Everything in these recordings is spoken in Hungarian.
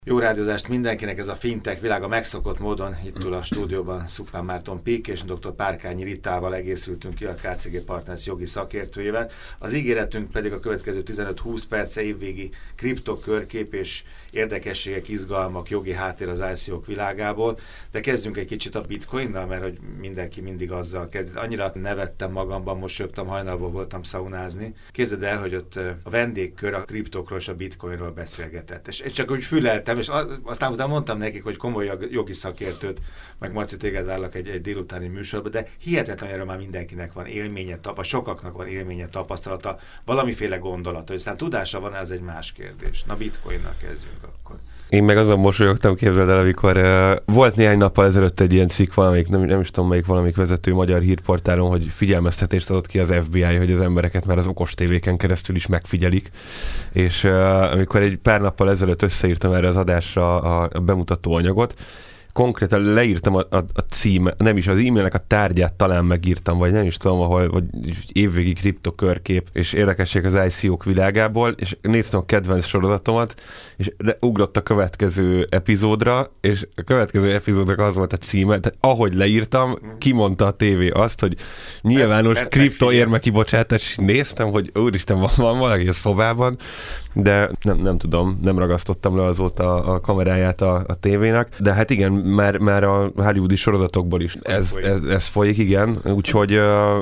Jó rádiózást mindenkinek, ez a fintech világa megszokott módon itt ül a stúdióban Szupán Márton Pik és dr. Párkányi Ritával egészültünk ki a KCG Partners jogi szakértőjével. Az ígéretünk pedig a következő 15-20 perce évvégi kriptokörkép és érdekességek, izgalmak, jogi háttér az ICO-k világából. De kezdjünk egy kicsit a bitcoinnal, mert hogy mindenki mindig azzal kezd. Annyira nevettem magamban, mosolyogtam, hajnalból voltam szaunázni. Képzeld el, hogy ott a vendégkör a kriptokról és a bitcoinról beszélgetett. És csak úgy füleltem, és aztán utána mondtam nekik, hogy komoly jogi szakértőt, meg Marci, téged várlak egy délutáni műsorba, de hihetetlen, erről már mindenkinek van élménye, sokaknak van élménye, tapasztalata, valamiféle gondolata, hogy aztán tudása van, ez egy más kérdés. Na, bitcoinnal kezdjünk akkor. Én meg azon mosolyogtam, képzeld el, amikor volt néhány nappal ezelőtt egy ilyen cikk, valamelyik, nem is tudom melyik, valamelyik vezető magyar hírportálon, hogy figyelmeztetést adott ki az FBI, hogy az embereket már az okos tévéken keresztül is megfigyelik. És amikor egy pár nappal ezelőtt összeírtam erre az adásra a bemutató anyagot, konkrétan leírtam a cím, nem is az e-mailnek a tárgyát talán megírtam, vagy nem is tudom, ahol, vagy évvégi kriptokörkép, és érdekesség az ICO-k világából, és néztem a kedvenc sorozatomat, és ugrott a következő epizódra, és a következő epizódnak az volt a címe, tehát ahogy leírtam, kimondta a tévé azt, hogy nyilvános kriptoérmekibocsátás, néztem, hogy úristen, van valaki a szobában, de nem tudom, nem ragasztottam le azóta a kameráját a tévének, de hát igen, már a hollywoodi sorozatokból is ez folyik, igen, úgyhogy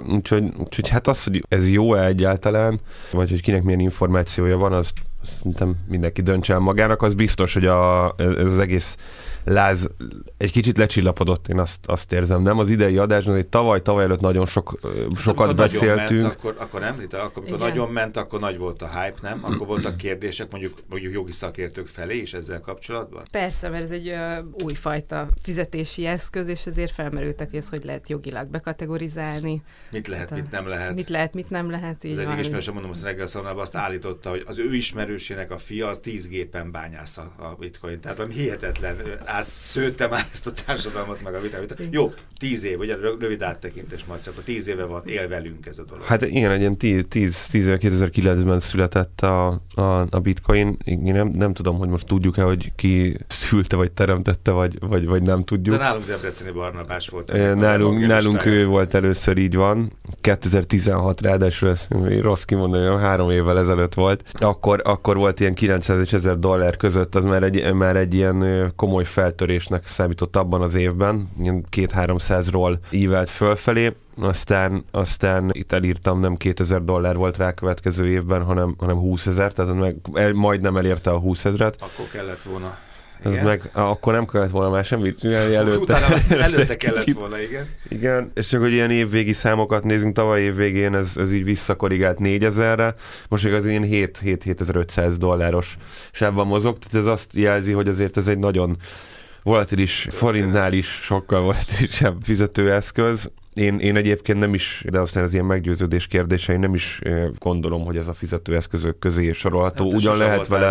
hát az, hogy ez jó-e egyáltalán, vagy hogy kinek milyen információja van, az szerintem mindenki döntse el magának, az biztos, hogy ez az egész láz egy kicsit lecsillapodott, én azt érzem, nem? Az idei adásban, hogy tavaly előtt nagyon sokat beszéltünk. Akkor nem, Rita? Amikor nagyon ment, akkor nagy volt a hype, nem? Akkor voltak kérdések mondjuk jogi szakértők felé is ezzel kapcsolatban? Persze, mert ez egy újfajta fizetési eszköz, és ezért felmerültek, hogy ezt hogy lehet jogilag bekategorizálni. Mit lehet, mit nem lehet? Mit lehet, mit nem lehet. Ez egyik ismerősen, mondom, azt reggel szomnában azt állította, hogy az ő ismerősének a fia az 10 gépen bányász a bitcoin. Tehát ami hihetetlen, átszőtte már ezt a társadalmat, meg a vitát. Jó, 10 év, ugye rövid áttekintés, Marci, akkor 10 éve van, él velünk ez a dolog. Hát igen, egy ilyen 2009-ben született a bitcoin. Én nem tudom, hogy most tudjuk-e, hogy ki szülte, vagy teremtette, vagy nem tudjuk. De nálunk Debreceni Barnabás volt. Nálunk ő volt először, így van. 2016 ráadásul, rossz kimondani, 3 évvel ezelőtt volt. Akkor volt ilyen 900 és 1000 dollár között, az már egy ilyen komoly feltörésnek számított abban az évben, ilyen 200-300-ról ívelt fölfelé, aztán itt elírtam, nem 2000 dollár volt rá következő évben, hanem 20 000, tehát majdnem elérte a 20 000-et. Akkor kellett volna. Akkor nem kellett volna már semmit csinálni előtte kellett volna, igen. Igen, és csak hogy ilyen évvégi számokat nézünk, tavaly évvégén ez így visszakorrigált 4000-re, most az ilyen 7500 dolláros sávban mozog, tehát ez azt jelzi, hogy azért ez egy nagyon volatilis, forintnál is sokkal volatilisebb fizetőeszköz. Én egyébként nem is, de aztán az ilyen meggyőződés kérdése, én nem is gondolom, hogy ez a fizetőeszközök közé sorolható. Hát ugyan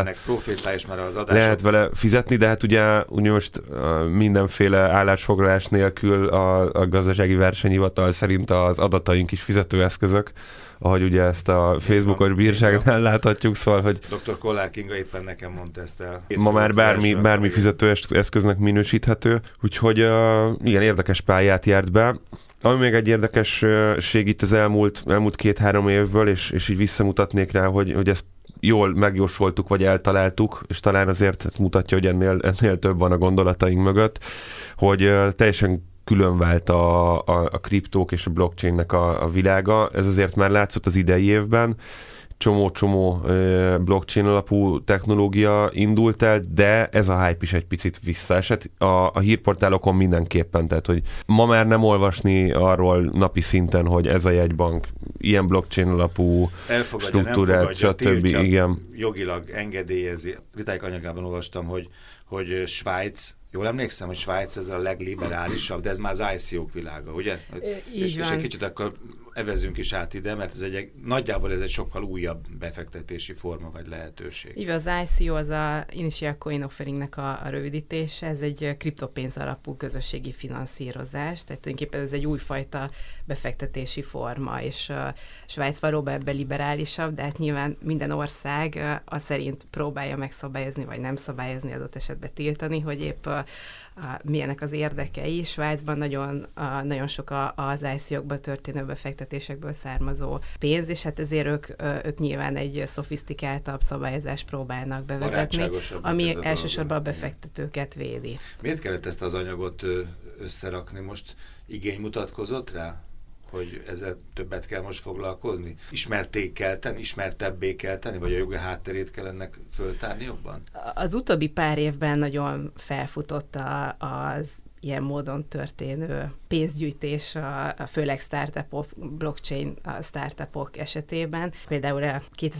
lehet vele fizetni, de hát ugye most mindenféle állásfoglalás nélkül a gazdasági versenyhivatal szerint az adataink is fizetőeszközök, ahogy ugye ezt a Facebookos bírságnál láthatjuk, szóval, hogy Dr. Kollár Kinga éppen nekem mondta ezt el. Ma már bármi fizetőeszköznek minősíthető, úgyhogy igen, érdekes pályát járt be. Ami még egy érdekesség itt az elmúlt 2-3 évből, és így visszamutatnék rá, hogy ezt jól megjósoltuk, vagy eltaláltuk, és talán azért mutatja, hogy ennél több van a gondolataink mögött, hogy teljesen külön vált a kriptók és a blockchainnek a világa. Ez azért már látszott az idei évben. Csomó blockchain alapú technológia indult el, de ez a hype is egy picit visszaesett. A hírportálokon mindenképpen, tehát hogy ma már nem olvasni arról napi szinten, hogy ez a jegybank ilyen blockchain alapú struktúrát, stb. Igen. Jogilag engedélyezi. Ritályk anyagában olvastam, hogy Svájc, jól emlékszem, hogy Svájc ez a legliberálisabb, de ez már az ICO-k világa, ugye? És egy kicsit akkor evezünk is át ide, mert nagyjából ez egy sokkal újabb befektetési forma vagy lehetőség. Így az ICO, az a Initial Coin Offeringnek a rövidítése, ez egy kriptopénz alapú közösségi finanszírozás, tehát tulajdonképpen ez egy újfajta befektetési forma, és Svájc valóban ebben liberálisabb, de hát nyilván minden ország az szerint próbálja megszabályozni, vagy nem szabályozni, adott esetben tiltani, hogy épp milyenek az érdekei. Svájcban nagyon sok az ICO-kba történő befektetésekből származó pénz, és hát ezért ők nyilván egy szofisztikáltabb szabályozást próbálnak bevezetni, ami elsősorban a befektetőket védi. Miért kellett ezt az anyagot összerakni? Most igény mutatkozott rá, hogy ezzel többet kell most foglalkozni? Ismertté kell tenni, ismertebbé kell tenni, vagy a jogi hátterét kell ennek föltárni jobban? Az utóbbi pár évben nagyon felfutott az ilyen módon történő pénzgyűjtés, főleg startupok, blockchain startupok esetében. Például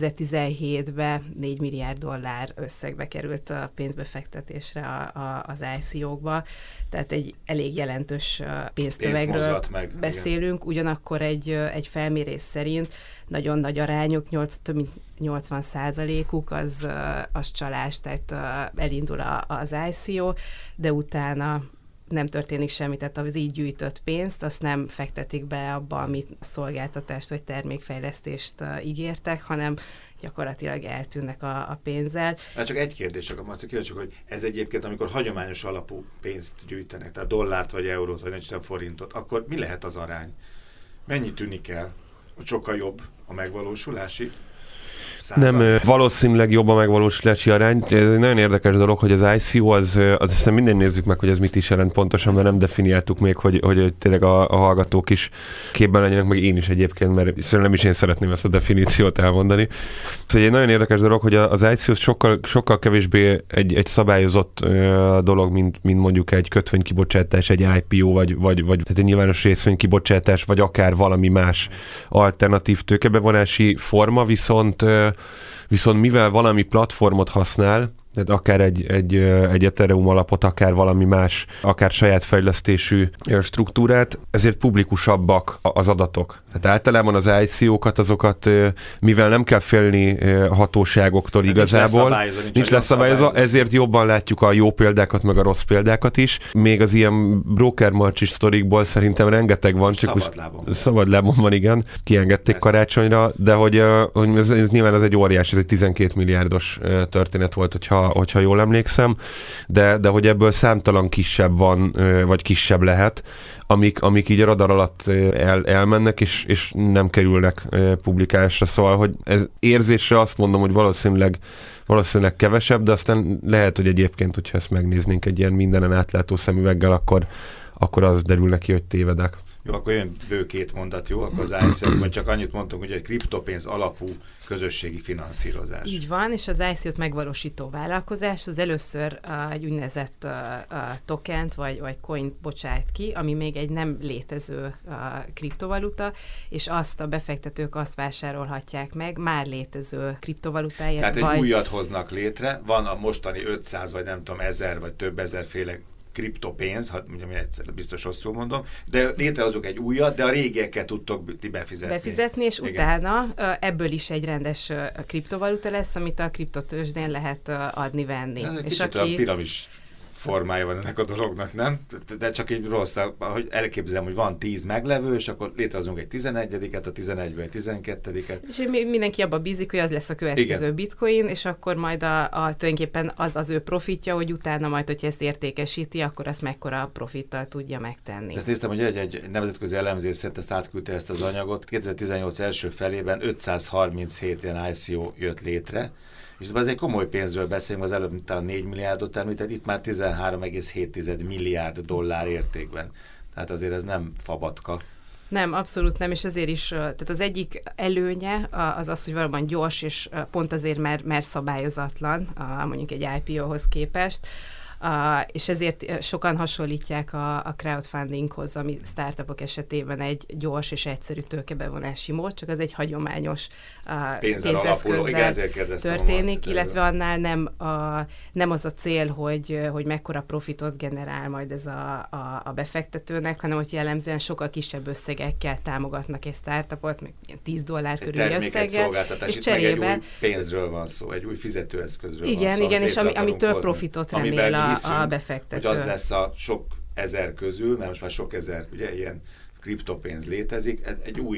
2017-ben $4 milliárd összegbe került a pénzbefektetésre az ICO-kba, tehát egy elég jelentős pénztömegről beszélünk, igen. Ugyanakkor egy felmérés szerint nagyon nagy arányuk, több mint 80%-uk az csalás, tehát elindul az ICO, de utána nem történik semmi, tehát az így gyűjtött pénzt, azt nem fektetik be abba, amit szolgáltatást vagy termékfejlesztést ígértek, hanem gyakorlatilag eltűnnek a pénzzel. Hát csak egy kérdés, azt kérdezzük, hogy ez egyébként, amikor hagyományos alapú pénzt gyűjtenek, tehát dollárt, vagy eurót, vagy nem forintot, akkor mi lehet az arány? Mennyi tűnik el, hogy sokkal jobb a megvalósulási Nem, valószínűleg jobb a megvalósulási arány. Ez egy nagyon érdekes dolog, hogy az ICO az aztán minden nézzük meg, hogy ez mit is jelent pontosan, mert nem definiáltuk még, hogy tényleg a hallgatók is képben legyenek, meg én is egyébként, mert szerintem nem is én szeretném ezt a definíciót elmondani. Szóval egy nagyon érdekes dolog, hogy az ICO sokkal kevésbé egy szabályozott dolog, mint mondjuk egy kötvénykibocsátás, egy IPO, vagy tehát egy nyilvános részvénykibocsátás, vagy akár valami más alternatív tőkebevonási forma, viszont mivel valami platformot használ, tehát akár egy Ethereum alapot, akár valami más, akár saját fejlesztésű struktúrát, ezért publikusabbak az adatok. Tehát általában az ICO-kat, azokat, mivel nem kell félni hatóságoktól igazából, nincs leszabályozva, ezért jobban látjuk a jó példákat, meg a rossz példákat is. Még az ilyen broker-marcsis sztorikból szerintem rengeteg van, csak szabadlábon van, igen. Kiengedték karácsonyra, de hogy ez nyilván ez egy óriás, ez egy 12 milliárdos történet volt, hogyha jól emlékszem, de hogy ebből számtalan kisebb van, vagy kisebb lehet, amik így a radar alatt elmennek, és nem kerülnek publikálásra. Szóval, hogy ez érzésre azt mondom, hogy valószínűleg kevesebb, de aztán lehet, hogy egyébként, hogyha ezt megnéznénk egy ilyen mindenen átlátó szemüveggel, akkor az derül neki, hogy tévedek. Jó, akkor jön bő két mondat, jó? Akkor az ICO-t, csak annyit mondtunk, hogy egy kriptopénz alapú közösségi finanszírozás. Így van, és az ICO-t megvalósító vállalkozás az először egy úgynevezett tokent vagy coint bocsájt ki, ami még egy nem létező kriptovaluta, és azt a befektetők azt vásárolhatják meg már létező kriptovalutáért. Tehát egy újat hoznak létre, van a mostani 500 vagy nem tudom 1000 vagy több ezerféle kriptopénz, mondjam, egyszer biztos rosszul mondom, de létrehozunk egy újat, de a régieket tudtok ti befizetni. És igen. Utána ebből is egy rendes kriptovaluta lesz, amit a kriptotőzsdén lehet adni-venni. Ez egy kicsit a piramis formája van ennek a dolognak, nem? De csak egy rossz, hogy elképzelem, hogy van 10 meglevő, és akkor létrehozunk egy 11-et, a 11-ből 12-et. És mindenki abban bízik, hogy az lesz a következő igen. bitcoin, és akkor majd tulajdonképpen az ő profitja, hogy utána majd, hogyha ezt értékesíti, akkor azt mekkora profittal tudja megtenni. Ezt néztem, hogy egy nemzetközi elemzés szerint ezt átküldte ezt az anyagot. 2018 első felében 537 ilyen ICO jött létre, és ez egy komoly pénzről beszélünk, az előbb talán 4 milliárdot említett, itt már 13,7 milliárd dollár értékben. Tehát azért ez nem fabatka. Nem, abszolút nem, és ezért is, tehát az egyik előnye az, hogy valóban gyors, és pont azért, mert szabályozatlan, mondjuk egy IPO-hoz képest. és ezért sokan hasonlítják a crowdfundinghoz, ami startupok esetében egy gyors és egyszerű tőkebevonási mód, csak az egy hagyományos pénzeszközzel történik, illetve annál nem az a cél, hogy mekkora profitot generál majd ez a befektetőnek, hanem hogy jellemzően sokkal kisebb összegekkel támogatnak egy startupot, még $10 körüli összeggel, és cserébe egy új pénzről van szó, egy új fizetőeszközről van szó. Igen, és amitől profitot remél a befektető. Hogy az lesz a sok ezer közül, mert most már sok ezer ugye, ilyen kriptopénz létezik,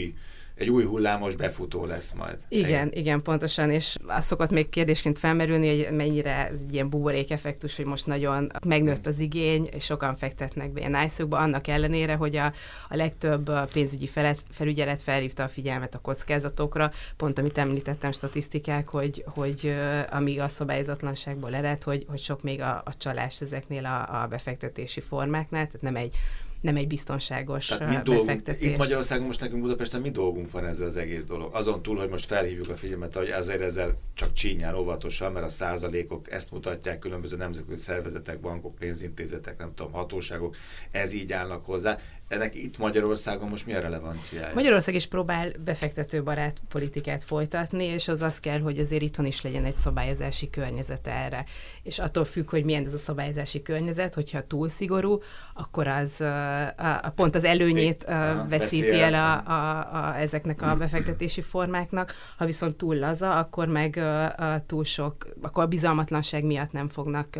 egy új hullámos befutó lesz majd. Igen, pontosan, és az szokott még kérdésként felmerülni, hogy mennyire ez egy ilyen buborékeffektus, hogy most nagyon megnőtt az igény, és sokan fektetnek be ilyen ICO-kba, annak ellenére, hogy a legtöbb pénzügyi felügyelet felhívta a figyelmet a kockázatokra, pont amit említettem, statisztikák, hogy amíg a szabályozatlanságból ered, hogy sok még a csalás ezeknél a befektetési formáknál, tehát nem egy biztonságos befektetés. Itt Magyarországon most nekünk Budapesten mi dolgunk van ezzel az egész dolog? Azon túl, hogy most felhívjuk a figyelmet, hogy azért ezzel csak csínyán, óvatosan, mert a százalékok ezt mutatják, különböző nemzetközi szervezetek, bankok, pénzintézetek, nem tudom, hatóságok, ez így állnak hozzá. Ennek itt Magyarországon most mi a relevanciája? Magyarország is próbál befektetőbarát politikát folytatni, és az kell, hogy azért itthon is legyen egy szabályozási környezet erre. És attól függ, hogy milyen ez a szabályozási környezet, hogyha túl szigorú, akkor az pont az előnyét veszíti el ezeknek a befektetési formáknak. Ha viszont túl laza, akkor meg túl sok, akkor a bizalmatlanság miatt nem fognak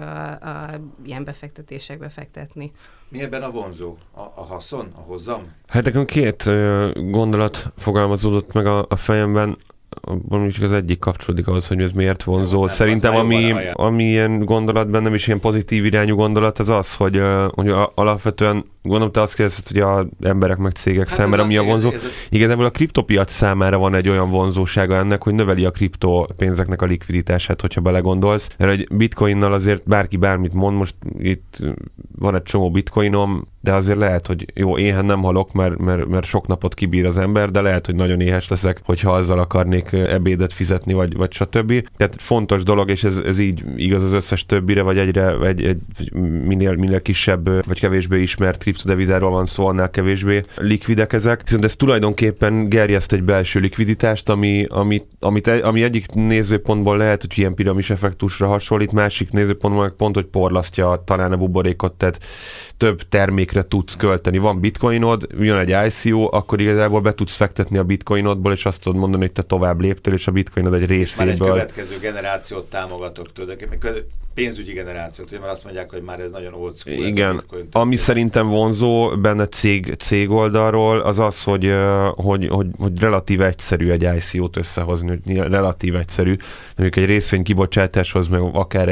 ilyen befektetésekbe fektetni. Mi ebben a vonzó? A haszon? A hozzam? Hát nekem két gondolat fogalmazódott meg a fejemben. Abban csak az egyik kapcsolódik ahhoz, hogy ez miért vonzó. Nem, szerintem ami ilyen gondolat bennem is ilyen pozitív irányú gondolat, az, hogy alapvetően gondolom, te azt kérdezted, hogy az emberek meg cégek számára mi a vonzó. Igazából a kriptopiac számára van egy olyan vonzósága ennek, hogy növeli a kriptopénzeknek a likviditását, hogyha belegondolsz. Mert egy bitcoinnal azért bárki bármit mond, most itt van egy csomó bitcoinom, de azért lehet, hogy jó, éhen nem halok, mert sok napot kibír az ember, de lehet, hogy nagyon éhes leszek, hogyha azzal akarnék ebédet fizetni, vagy stb. Tehát fontos dolog, és ez így igaz az összes többire, vagy egy minél kisebb, vagy kevésbé ismert kriptodevizáról van szó, annál kevésbé likvidek ezek. Viszont ez tulajdonképpen gerjeszt egy belső likviditást, ami egyik nézőpontból lehet, hogy ilyen piramis effektusra hasonlít, másik nézőpontból meg pont, hogy porlasztja talán a buborékot, tehát több termékre tudsz költeni. Van bitcoinod, jön egy ICO, akkor igazából be tudsz fektetni a bitcoinodból, és azt tudod mondani, hogy te tovább léptél, és a bitcoinod egy részéből. Már egy következő generációt támogatok tulajdonképpen. Pénzügyi generációt, ugye, mert azt mondják, hogy már ez nagyon old school. Igen, ami szerintem vonzó benne cég oldalról, az, hogy relatív egyszerű egy ICO-t összehozni, hogy relatív egyszerű. Mondjuk egy részvény kibocsátáshoz, meg akár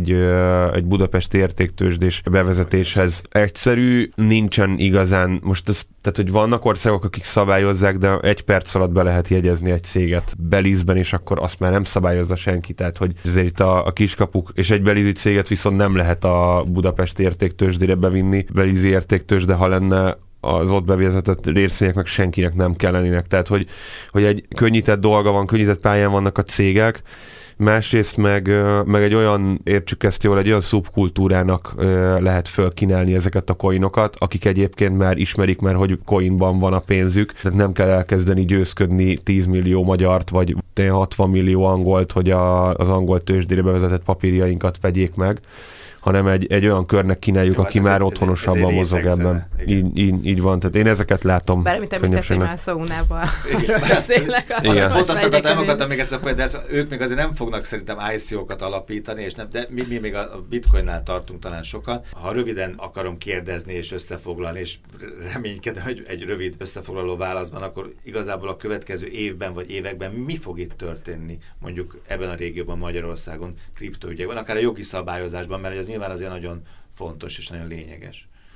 egy budapesti értéktőzsdés bevezetéshez egyszerű, nincsen igazán, tehát, hogy vannak országok, akik szabályozzák, de 1 perc alatt be lehet jegyezni egy céget Belizben, és akkor azt már nem szabályozza senki, tehát, hogy ezért itt a kiskapuk, és egy belizi céget viszont nem lehet a Budapesti értéktőzsdére bevinni, belizi értéktőzsde, ha lenne az ott bevezetett részvényeknek senkinek nem kellenének. Tehát, hogy egy könnyített dolga van, könnyített pályán vannak a cégek, másrészt meg egy olyan, értsük ezt jól, egy olyan szubkultúrának lehet fölkínálni ezeket a coinokat, akik egyébként már ismerik már, hogy coinban van a pénzük, tehát nem kell elkezdeni győzködni 10 millió magyart, vagy 60 millió angolt, hogy az angol tőzsdére bevezetett papírjainkat vegyék meg, hanem egy olyan körnek kínáljuk, aki már otthonosabban mozog ebben. Így van, tehát én ezeket látom. Bármit említettem, már Szaunában beszélek. Pont azt akartam még egyszer, de ők még azért nem fognak szerintem ICO-kat alapítani, de mi még a bitcoinnál tartunk talán sokan. Ha röviden akarom kérdezni és összefoglalni, és reménykedem, hogy egy rövid összefoglaló válaszban, akkor igazából a következő évben vagy években mi fog itt történni, mondjuk ebben a régióban, Magyarországon, kriptoügyekben, akár a jogi szabályozásban, mert ez nyilván azért nagyon fontos és nagyon lényeges.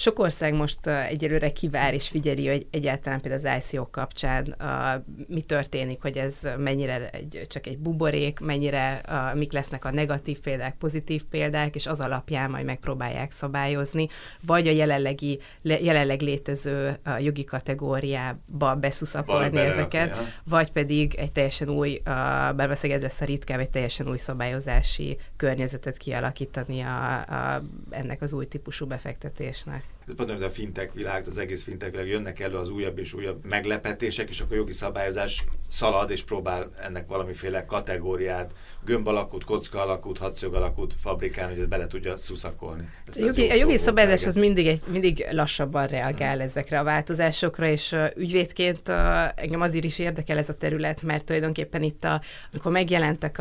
Sok ország most egyelőre kivár és figyeli, hogy egyáltalán például az ICO kapcsán mi történik, hogy ez mennyire csak egy buborék, mennyire mik lesznek a negatív példák, pozitív példák, és az alapján majd megpróbálják szabályozni, vagy a jelenleg létező jogi kategóriába beszuszakolni ezeket, vagy pedig egy teljesen új, bár valószínűleg ez lesz a ritkább, egy teljesen új szabályozási környezetet kialakítani ennek az új típusú befektetésnek. Ez mondom, hogy a fintech világ, az egész fintech világ, jönnek elő az újabb és újabb meglepetések, és akkor a jogi szabályozás szalad és próbál ennek valamiféle kategóriát, gömb alakút, kocka alakút, hadszög alakút fabrikálni, hogy ezt bele tudja szuszakolni. A jogi szabályozás az mindig lassabban reagál ezekre a változásokra, és ügyvédként engem azért is érdekel ez a terület, mert tulajdonképpen itt, amikor megjelentek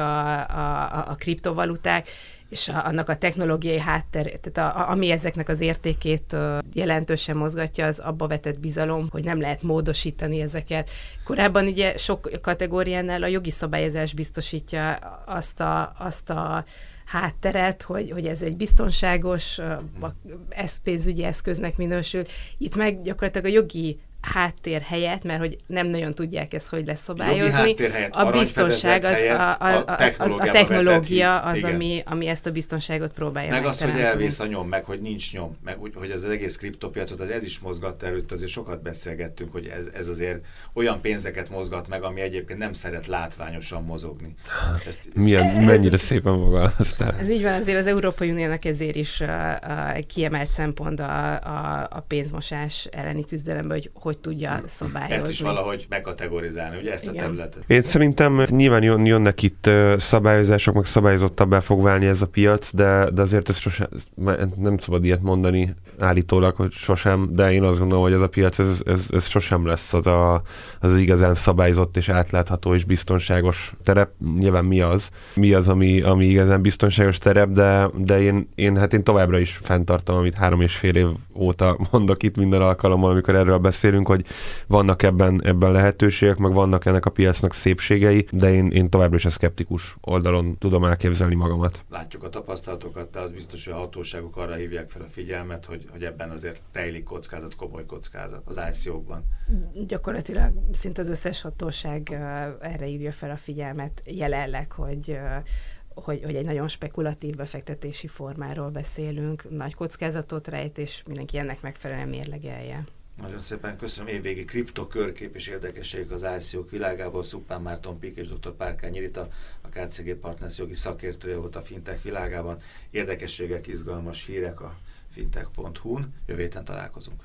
a kriptovaluták, és annak a technológiai háttér, tehát ami ezeknek az értékét jelentősen mozgatja, az abba vetett bizalom, hogy nem lehet módosítani ezeket. Korábban ugye sok kategóriánál a jogi szabályozás biztosítja azt a hátteret, hogy ez egy biztonságos pénzügyi eszköznek minősül. Itt meg gyakorlatilag a jogi háttér helyett, mert hogy nem nagyon tudják ezt, hogy lesz szabályozni. A biztonság, a technológia az, ami ezt a biztonságot próbálja meg az, hogy elvész a nyom, meg hogy nincs nyom, meg hogy ez az egész kriptopiacot, ez is mozgatta előtt, azért sokat beszélgettünk, hogy ez azért olyan pénzeket mozgat meg, ami egyébként nem szeret látványosan mozogni. Mennyire szépen fogalmaztál. Ez így van, azért az Európai Uniónak ezért is kiemelt szempont a pénzmosás elleni küzdelemben, hogy tudja szabályozni. Ezt is valahogy megkategorizálni, ugye ezt a területet. Én szerintem nyilván jönnek itt szabályozások, meg szabályozottabbá fog válni ez a piac, de azért ez sosem, nem szabad ilyet mondani állítólag, hogy sosem, de én azt gondolom, hogy ez a piac, ez sosem lesz az igazán szabályozott és átlátható és biztonságos terep. Nyilván mi az, ami igazán biztonságos terep, de én továbbra is fenntartom, amit 3,5 év óta mondok itt minden alkalommal, amikor erről beszélünk, hogy vannak ebben lehetőségek, meg vannak ennek a piacnak szépségei, de én továbbra is a szkeptikus oldalon tudom elképzelni magamat. Látjuk a tapasztalatokat, de az biztos, hogy a hatóságok arra hívják fel a figyelmet, hogy ebben azért rejlik kockázat, komoly kockázat az ICO-kban. Gyakorlatilag szinte az összes hatóság erre hívja fel a figyelmet jelenleg, hogy egy nagyon spekulatív befektetési formáról beszélünk, nagy kockázatot rejt, és mindenki ennek megfelelően mérlegelje. Nagyon szépen köszönöm. Évvégi kriptokörkép és érdekességek az ICO-k világából. Szuppán Márton Pík és dr. Párkányi Rita, a KCG Partners jogi szakértője volt a fintech világában. Érdekességek, izgalmas hírek a fintech.hu-n. Jövő héten találkozunk.